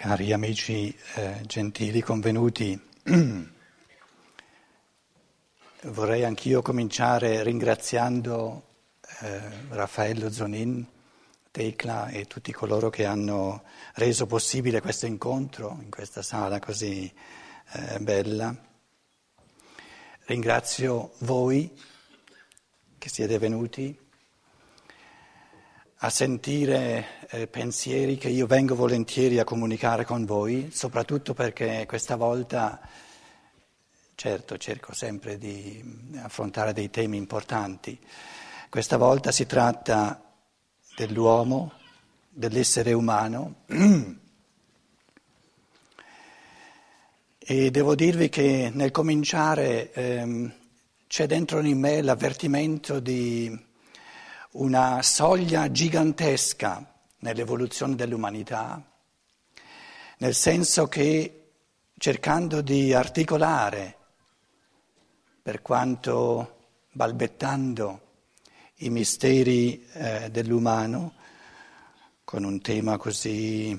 Cari amici gentili convenuti, vorrei anch'io cominciare ringraziando Raffaello Zonin, Tecla e tutti coloro che hanno reso possibile questo incontro in questa sala così bella. Ringrazio voi che siete venuti a sentire pensieri che io vengo volentieri a comunicare con voi, soprattutto perché questa volta, certo, cerco sempre di affrontare dei temi importanti. Questa volta si tratta dell'uomo, dell'essere umano e devo dirvi che nel cominciare c'è dentro di me l'avvertimento di una soglia gigantesca nell'evoluzione dell'umanità, nel senso che cercando di articolare, per quanto balbettando, i misteri dell'umano, con un tema così,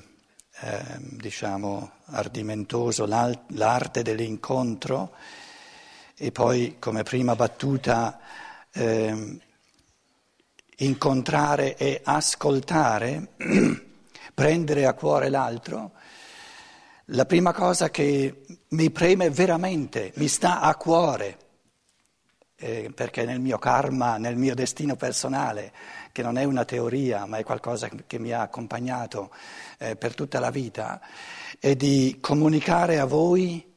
ardimentoso, l'arte dell'incontro, e poi come prima battuta incontrare e ascoltare, prendere a cuore l'altro. La prima cosa che mi preme veramente, mi sta a cuore, perché nel mio karma, nel mio destino personale, che non è una teoria ma è qualcosa che mi ha accompagnato per tutta la vita, è di comunicare a voi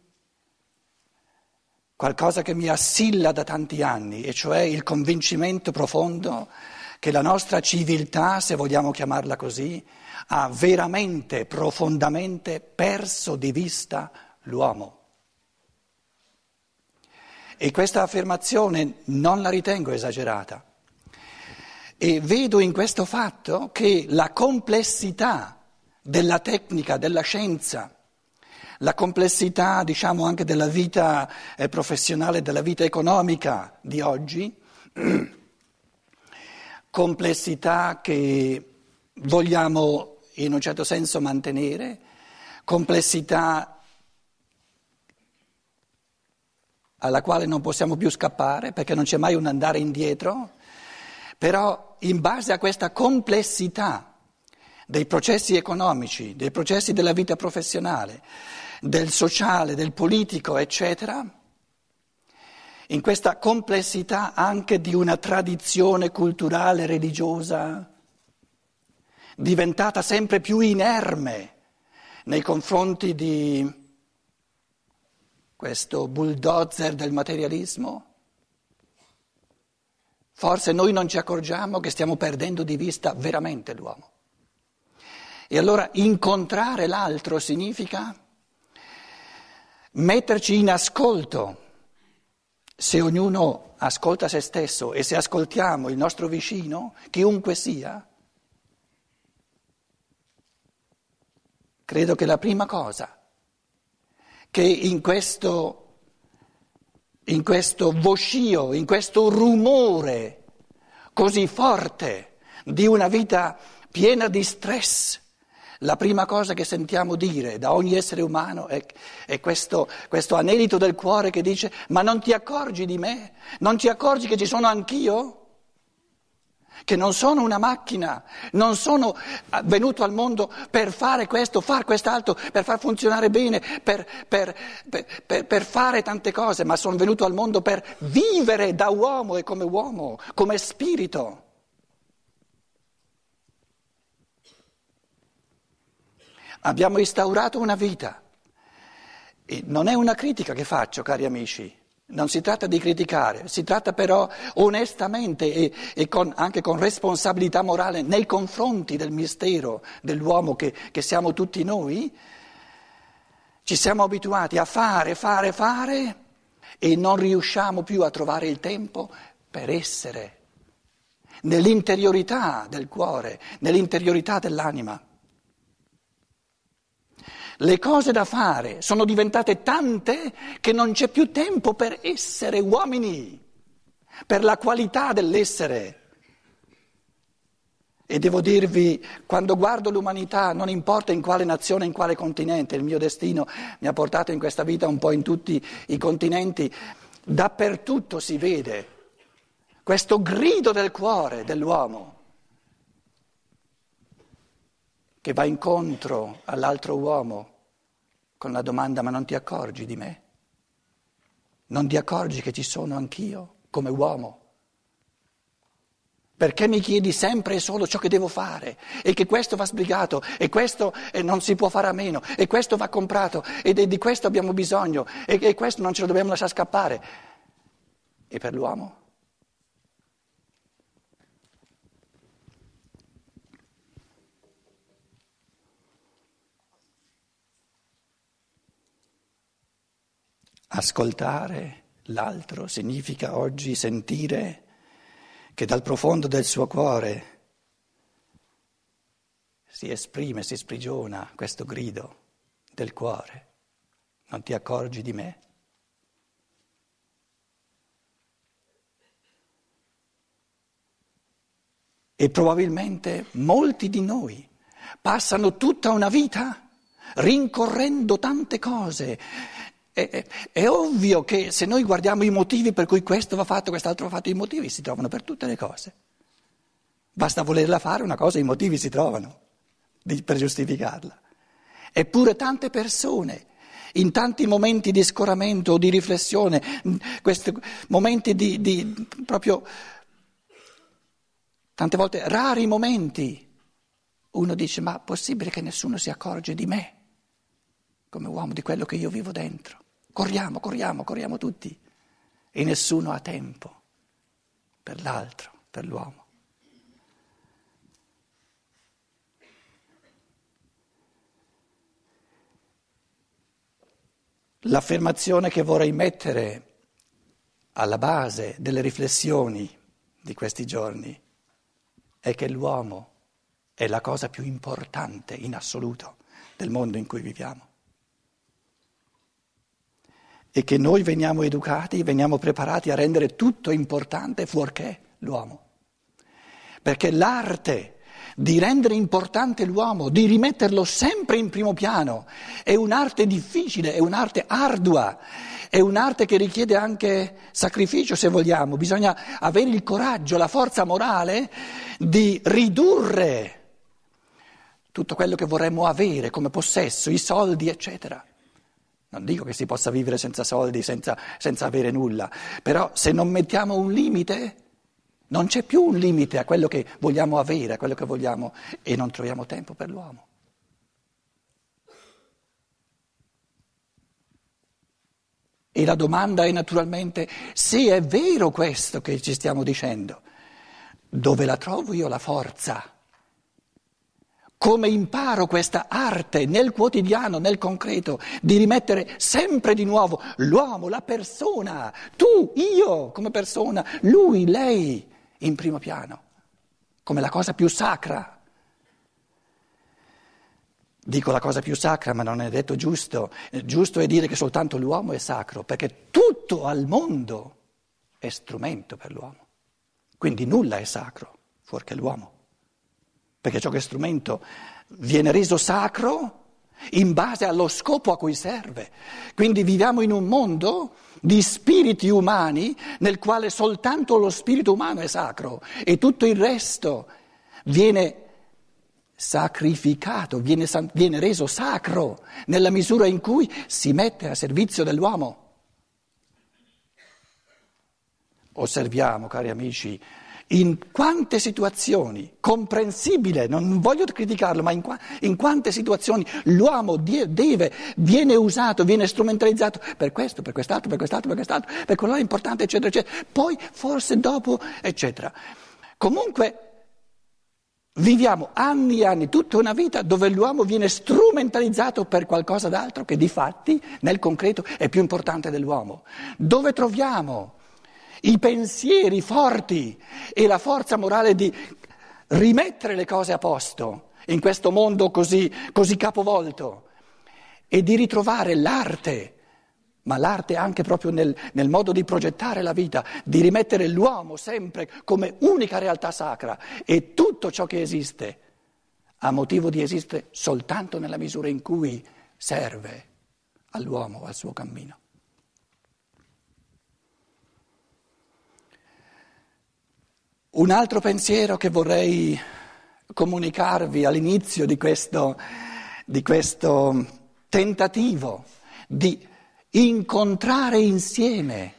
qualcosa che mi assilla da tanti anni, e cioè il convincimento profondo che la nostra civiltà, se vogliamo chiamarla così, ha veramente, profondamente perso di vista l'uomo. E questa affermazione non la ritengo esagerata. E vedo in questo fatto che la complessità della tecnica, della scienza, la complessità, anche della vita professionale, della vita economica di oggi, complessità che vogliamo in un certo senso mantenere, complessità alla quale non possiamo più scappare perché non c'è mai un andare indietro, però in base a questa complessità dei processi economici, dei processi della vita professionale, del sociale, del politico, eccetera, in questa complessità anche di una tradizione culturale, religiosa, diventata sempre più inerme nei confronti di questo bulldozer del materialismo, forse noi non ci accorgiamo che stiamo perdendo di vista veramente l'uomo. E allora incontrare l'altro significa metterci in ascolto. Se ognuno ascolta se stesso e se ascoltiamo il nostro vicino, chiunque sia, credo che la prima cosa che in questo voscio, in questo rumore così forte di una vita piena di stress, la prima cosa che sentiamo dire da ogni essere umano è questo anelito del cuore che dice: ma non ti accorgi di me? Non ti accorgi che ci sono anch'io? Che non sono una macchina, non sono venuto al mondo per fare questo, far quest'altro, per far funzionare bene, per fare tante cose, ma sono venuto al mondo per vivere da uomo, come spirito. Abbiamo instaurato una vita, e non è una critica che faccio, cari amici, non si tratta di criticare, si tratta però onestamente e anche con responsabilità morale nei confronti del mistero dell'uomo che siamo tutti noi. Ci siamo abituati a fare e non riusciamo più a trovare il tempo per essere nell'interiorità del cuore, nell'interiorità dell'anima. Le cose da fare sono diventate tante che non c'è più tempo per essere uomini, per la qualità dell'essere. E devo dirvi, quando guardo l'umanità, non importa in quale nazione, in quale continente, il mio destino mi ha portato in questa vita un po' in tutti i continenti, dappertutto si vede questo grido del cuore dell'uomo che va incontro all'altro uomo con la domanda: ma non ti accorgi di me? Non ti accorgi che ci sono anch'io come uomo? Perché mi chiedi sempre e solo ciò che devo fare e che questo va sbrigato e questo non si può fare a meno e questo va comprato e di questo abbiamo bisogno e questo non ce lo dobbiamo lasciare scappare. E per l'uomo? Ascoltare l'altro significa oggi sentire che dal profondo del suo cuore si esprime, si sprigiona questo grido del cuore. Non ti accorgi di me? E probabilmente molti di noi passano tutta una vita rincorrendo tante cose. È ovvio che se noi guardiamo i motivi per cui questo va fatto, quest'altro va fatto, i motivi si trovano per tutte le cose. Basta volerla fare una cosa, i motivi si trovano per giustificarla. Eppure tante persone, in tanti momenti di scoramento o di riflessione, questi momenti di proprio, tante volte rari momenti, uno dice: ma possibile che nessuno si accorge di me, come uomo, di quello che io vivo dentro? Corriamo tutti e nessuno ha tempo per l'altro, per l'uomo. L'affermazione che vorrei mettere alla base delle riflessioni di questi giorni è che l'uomo è la cosa più importante in assoluto del mondo in cui viviamo. E che noi veniamo educati, veniamo preparati a rendere tutto importante fuorché l'uomo. Perché l'arte di rendere importante l'uomo, di rimetterlo sempre in primo piano, è un'arte difficile, è un'arte ardua, è un'arte che richiede anche sacrificio, se vogliamo. Bisogna avere il coraggio, la forza morale di ridurre tutto quello che vorremmo avere come possesso, i soldi, eccetera. Non dico che si possa vivere senza soldi, senza avere nulla, però se non mettiamo un limite, non c'è più un limite a quello che vogliamo avere, a quello che vogliamo, e non troviamo tempo per l'uomo. E la domanda è naturalmente: se è vero questo che ci stiamo dicendo, dove la trovo io la forza? Come imparo questa arte nel quotidiano, nel concreto, di rimettere sempre di nuovo l'uomo, la persona, tu, io come persona, lui, lei in primo piano, come la cosa più sacra. Dico la cosa più sacra, ma non è detto giusto. Giusto è dire che soltanto l'uomo è sacro, perché tutto al mondo è strumento per l'uomo. Quindi nulla è sacro, fuorché l'uomo. Perché ciò che è strumento viene reso sacro in base allo scopo a cui serve. Quindi viviamo in un mondo di spiriti umani nel quale soltanto lo spirito umano è sacro e tutto il resto viene sacrificato, viene reso sacro nella misura in cui si mette a servizio dell'uomo. Osserviamo, cari amici, in quante situazioni, comprensibile, non voglio criticarlo, ma in quante situazioni l'uomo viene usato, viene strumentalizzato per questo, per quest'altro, per quello è importante, eccetera, eccetera. Poi forse dopo, eccetera. Comunque viviamo anni e anni, tutta una vita dove l'uomo viene strumentalizzato per qualcosa d'altro che di fatti nel concreto è più importante dell'uomo. Dove troviamo i pensieri forti e la forza morale di rimettere le cose a posto in questo mondo così capovolto e di ritrovare l'arte ma l'arte anche proprio nel modo di progettare la vita, di rimettere l'uomo sempre come unica realtà sacra e tutto ciò che esiste ha motivo di esistere soltanto nella misura in cui serve all'uomo, al suo cammino. Un altro pensiero che vorrei comunicarvi all'inizio di questo tentativo di incontrare insieme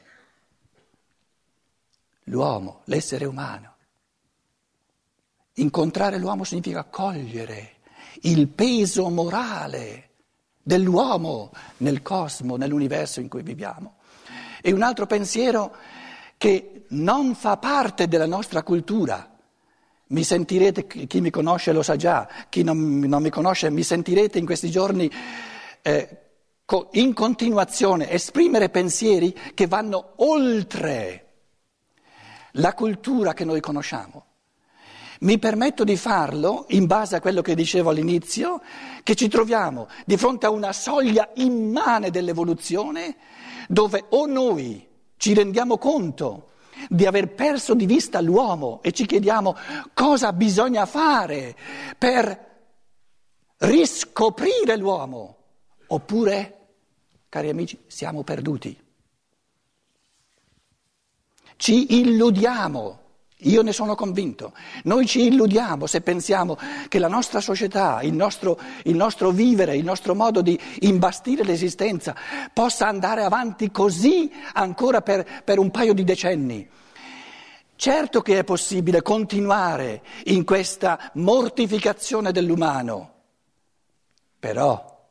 l'uomo, l'essere umano. Incontrare l'uomo significa cogliere il peso morale dell'uomo nel cosmo, nell'universo in cui viviamo. E un altro pensiero che non fa parte della nostra cultura. Mi sentirete, chi mi conosce lo sa già, chi non mi conosce, mi sentirete in questi giorni in continuazione esprimere pensieri che vanno oltre la cultura che noi conosciamo. Mi permetto di farlo in base a quello che dicevo all'inizio, che ci troviamo di fronte a una soglia immane dell'evoluzione dove o noi ci rendiamo conto di aver perso di vista l'uomo e ci chiediamo cosa bisogna fare per riscoprire l'uomo, oppure, cari amici, siamo perduti. Ci illudiamo, io ne sono convinto, noi ci illudiamo se pensiamo che la nostra società, il nostro vivere, il nostro modo di imbastire l'esistenza possa andare avanti così ancora per un paio di decenni. Certo che è possibile continuare in questa mortificazione dell'umano, però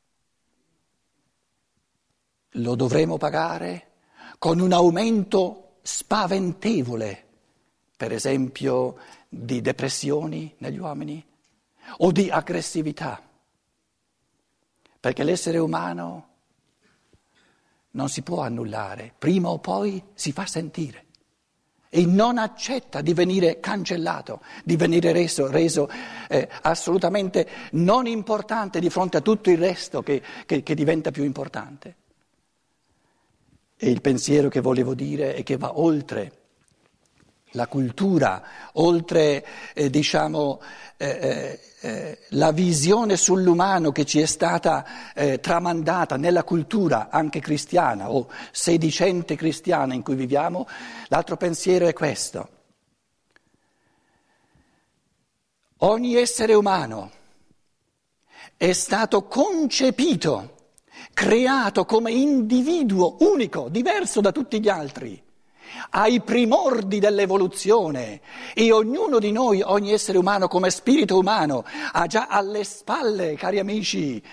lo dovremo pagare con un aumento spaventevole, per esempio di depressioni negli uomini o di aggressività, perché l'essere umano non si può annullare, prima o poi si fa sentire e non accetta di venire cancellato, di venire reso assolutamente non importante di fronte a tutto il resto che diventa più importante. E il pensiero che volevo dire è che va oltre la cultura, oltre la visione sull'umano che ci è stata tramandata nella cultura anche cristiana o sedicente cristiana in cui viviamo. L'altro pensiero è questo: ogni essere umano è stato concepito, creato come individuo unico, diverso da tutti gli altri, ai primordi dell'evoluzione, e ognuno di noi, ogni essere umano come spirito umano, ha già alle spalle, cari amici,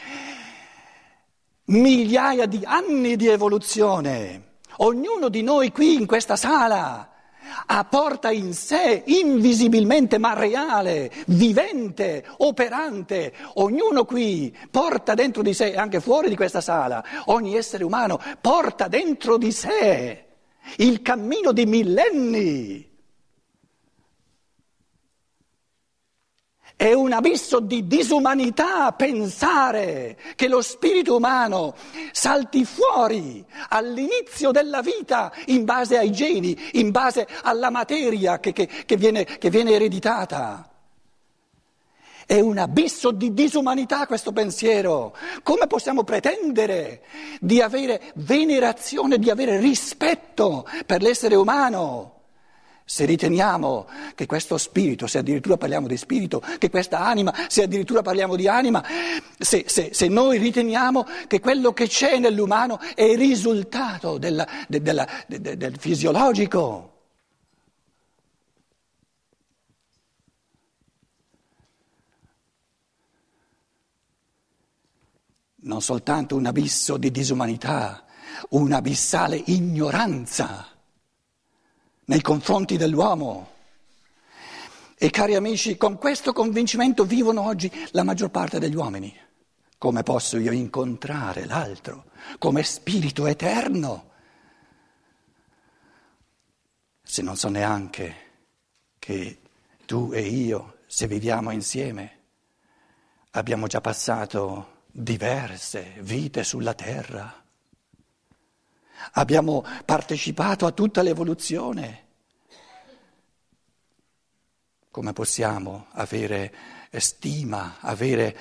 migliaia di anni di evoluzione. Ognuno di noi qui in questa sala porta in sé, invisibilmente ma reale, vivente, operante. Ognuno qui porta dentro di sé, anche fuori di questa sala, ogni essere umano porta dentro di sé il cammino di millenni. È un abisso di disumanità pensare che lo spirito umano salti fuori all'inizio della vita in base ai geni, in base alla materia che viene ereditata. È un abisso di disumanità questo pensiero. Come possiamo pretendere di avere venerazione, di avere rispetto per l'essere umano, se riteniamo che questo spirito, se addirittura parliamo di spirito, che questa anima, se addirittura parliamo di anima, se noi riteniamo che quello che c'è nell'umano è il risultato del fisiologico? Non soltanto un abisso di disumanità, un'abissale ignoranza nei confronti dell'uomo. E cari amici, con questo convincimento vivono oggi la maggior parte degli uomini. Come posso io incontrare l'altro come spirito eterno se non so neanche che tu e io, se viviamo insieme, abbiamo già passato diverse vite sulla terra? abbiamo partecipato a tutta l'evoluzione. Come possiamo avere stima, avere,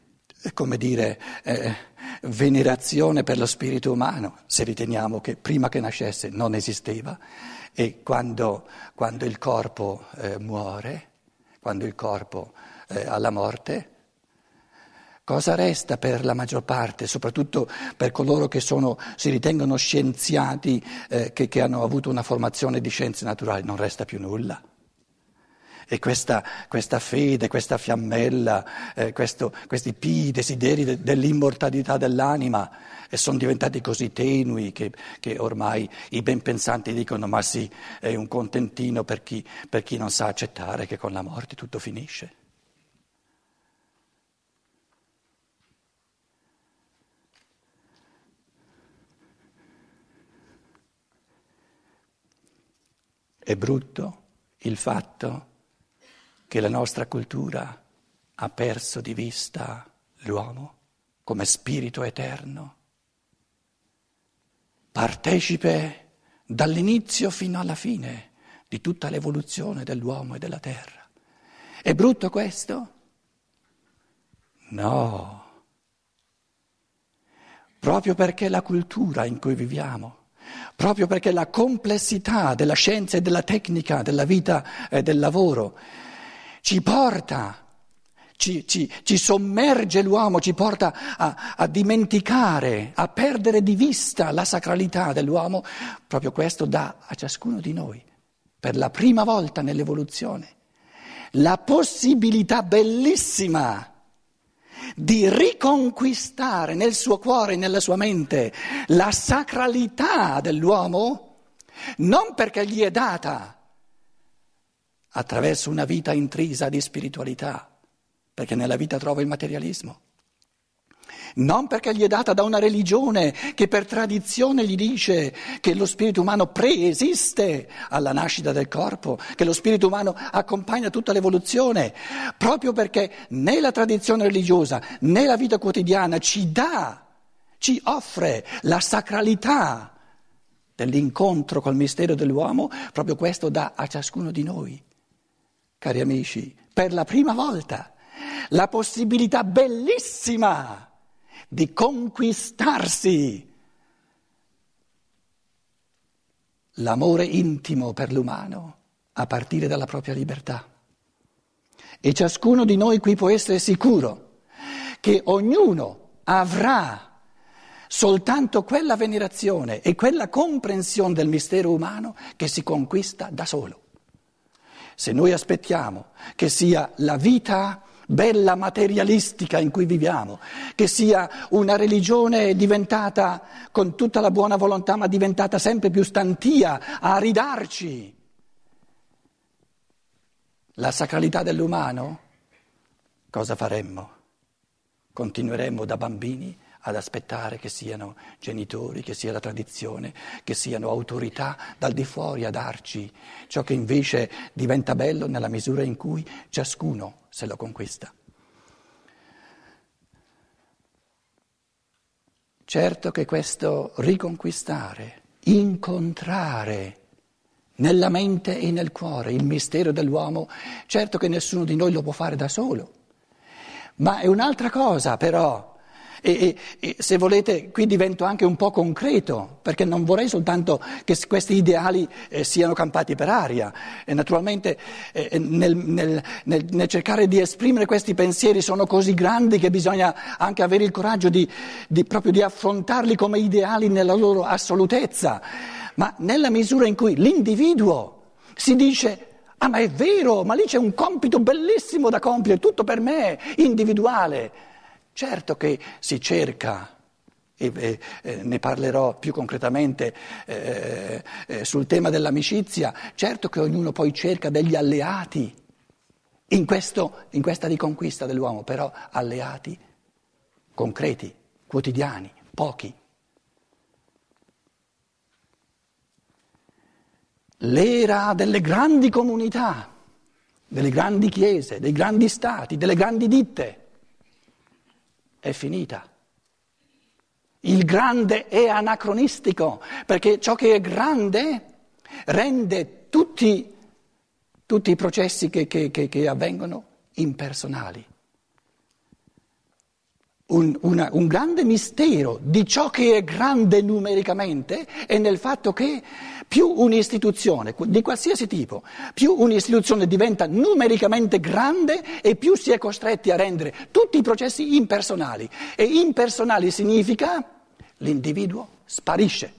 venerazione per lo spirito umano se riteniamo che prima che nascesse non esisteva e quando il corpo muore, quando il corpo ha la morte, cosa resta per la maggior parte, soprattutto per coloro che si ritengono scienziati, che hanno avuto una formazione di scienze naturali? Non resta più nulla. E questa fede, questa fiammella, questi pii desideri dell'immortalità dell'anima sono diventati così tenui che ormai i ben pensanti dicono ma sì, è un contentino per chi non sa accettare che con la morte tutto finisce. È brutto il fatto che la nostra cultura ha perso di vista l'uomo come spirito eterno, partecipe dall'inizio fino alla fine di tutta l'evoluzione dell'uomo e della terra. È brutto questo? No. Proprio perché la cultura in cui viviamo, proprio perché la complessità della scienza e della tecnica, della vita e del lavoro, ci porta, ci sommerge l'uomo, ci porta a dimenticare, a perdere di vista la sacralità dell'uomo. Proprio questo dà a ciascuno di noi, per la prima volta nell'evoluzione, la possibilità bellissima di riconquistare nel suo cuore, nella sua mente, la sacralità dell'uomo, non perché gli è data attraverso una vita intrisa di spiritualità, perché nella vita trova il materialismo, non perché gli è data da una religione che per tradizione gli dice che lo spirito umano preesiste alla nascita del corpo, che lo spirito umano accompagna tutta l'evoluzione, proprio perché né la tradizione religiosa né la vita quotidiana ci offre la sacralità dell'incontro col mistero dell'uomo. Proprio questo dà a ciascuno di noi, cari amici, per la prima volta la possibilità bellissima di conquistarsi l'amore intimo per l'umano a partire dalla propria libertà. E ciascuno di noi qui può essere sicuro che ognuno avrà soltanto quella venerazione e quella comprensione del mistero umano che si conquista da solo. Se noi aspettiamo che sia la vita bella materialistica in cui viviamo, che sia una religione diventata con tutta la buona volontà ma diventata sempre più stantia a ridarci la sacralità dell'umano, cosa faremmo? Continueremmo da bambini ad aspettare che siano genitori, che sia la tradizione, che siano autorità dal di fuori a darci ciò che invece diventa bello nella misura in cui ciascuno se lo conquista. Certo che questo riconquistare, incontrare nella mente e nel cuore il mistero dell'uomo, certo che nessuno di noi lo può fare da solo, ma è un'altra cosa però. E se volete, qui divento anche un po' concreto, perché non vorrei soltanto che questi ideali siano campati per aria. E naturalmente nel cercare di esprimere questi pensieri sono così grandi che bisogna anche avere il coraggio proprio di affrontarli come ideali nella loro assolutezza. Ma nella misura in cui l'individuo si dice: ah, ma è vero, ma lì c'è un compito bellissimo da compiere, tutto per me, individuale. Certo che si cerca, e ne parlerò più concretamente sul tema dell'amicizia, certo che ognuno poi cerca degli alleati in questa riconquista dell'uomo, però alleati concreti, quotidiani, pochi. L'era delle grandi comunità, delle grandi chiese, dei grandi stati, delle grandi ditte è finita. Il grande è anacronistico, perché ciò che è grande rende tutti i processi che avvengono impersonali. Un grande mistero di ciò che è grande numericamente è nel fatto che più un'istituzione, di qualsiasi tipo, più un'istituzione diventa numericamente grande e più si è costretti a rendere tutti i processi impersonali. E impersonali significa l'individuo sparisce.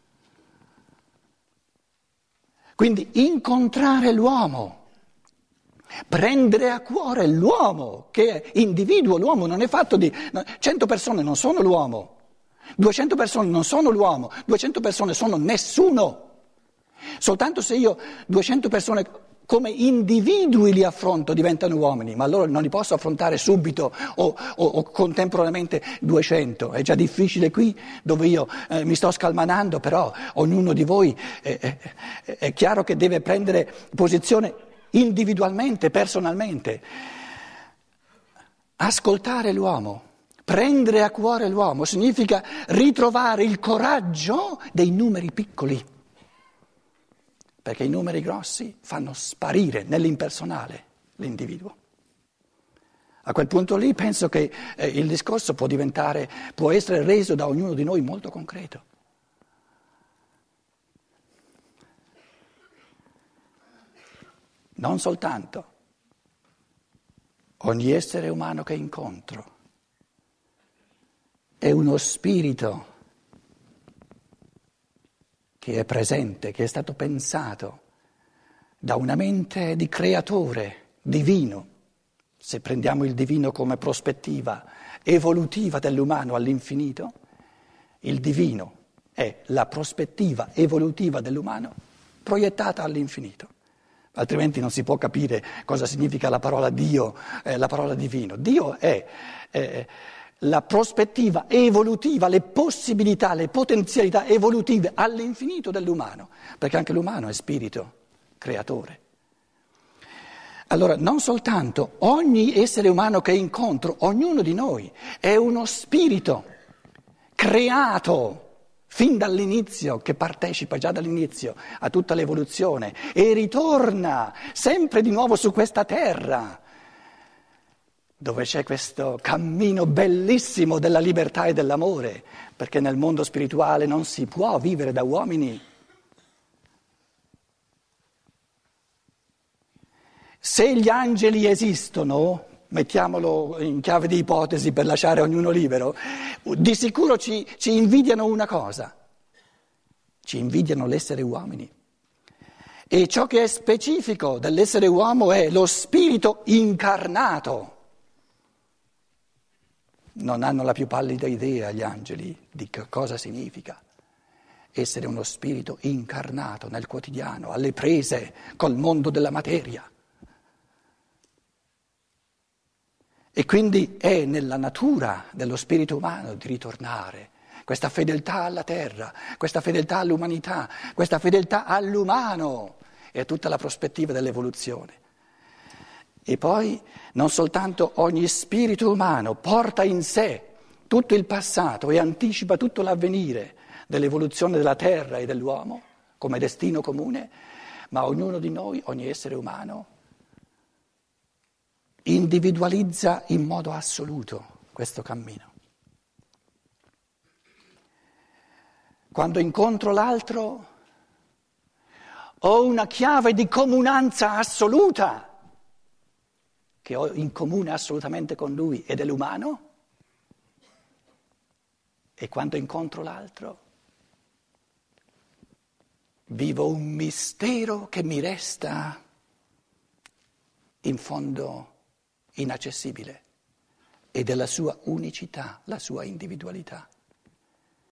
Quindi incontrare l'uomo, prendere a cuore l'uomo, che è individuo, l'uomo non è fatto di... 100 persone non sono l'uomo, 200 persone non sono l'uomo, 200 persone sono nessuno. Soltanto se io 200 persone come individui li affronto diventano uomini, ma allora non li posso affrontare subito o contemporaneamente 200. È già difficile qui dove io mi sto scalmanando, però ognuno di voi è chiaro che deve prendere posizione individualmente, personalmente. Ascoltare l'uomo, prendere a cuore l'uomo significa ritrovare il coraggio dei numeri piccoli. Perché i numeri grossi fanno sparire nell'impersonale l'individuo. A quel punto lì penso che il discorso può essere reso da ognuno di noi molto concreto. Non soltanto ogni essere umano che incontro è uno spirito che è presente, che è stato pensato da una mente di creatore divino, se prendiamo il divino come prospettiva evolutiva dell'umano all'infinito, il divino è la prospettiva evolutiva dell'umano proiettata all'infinito. Altrimenti non si può capire cosa significa la parola Dio, la parola divino. Dio è la prospettiva evolutiva, le possibilità, le potenzialità evolutive all'infinito dell'umano, perché anche l'umano è spirito creatore. Allora, non soltanto ogni essere umano che incontro, ognuno di noi è uno spirito creato fin dall'inizio, che partecipa già dall'inizio a tutta l'evoluzione e ritorna sempre di nuovo su questa terra, dove c'è questo cammino bellissimo della libertà e dell'amore, perché nel mondo spirituale non si può vivere da uomini. Se gli angeli esistono, mettiamolo in chiave di ipotesi per lasciare ognuno libero, di sicuro ci invidiano una cosa, ci invidiano l'essere uomini. E ciò che è specifico dell'essere uomo è lo spirito incarnato. Non hanno la più pallida idea gli angeli di che cosa significa essere uno spirito incarnato nel quotidiano, alle prese col mondo della materia. E quindi è nella natura dello spirito umano di ritornare. Questa fedeltà alla terra, questa fedeltà all'umanità, questa fedeltà all'umano è tutta la prospettiva dell'evoluzione. E poi non soltanto ogni spirito umano porta in sé tutto il passato e anticipa tutto l'avvenire dell'evoluzione della terra e dell'uomo come destino comune, ma ognuno di noi, ogni essere umano, individualizza in modo assoluto questo cammino. Quando incontro l'altro ho una chiave di comunanza assoluta che ho in comune assolutamente con lui ed è l'umano, e quando incontro l'altro vivo un mistero che mi resta in fondo inaccessibile, e della sua unicità, la sua individualità.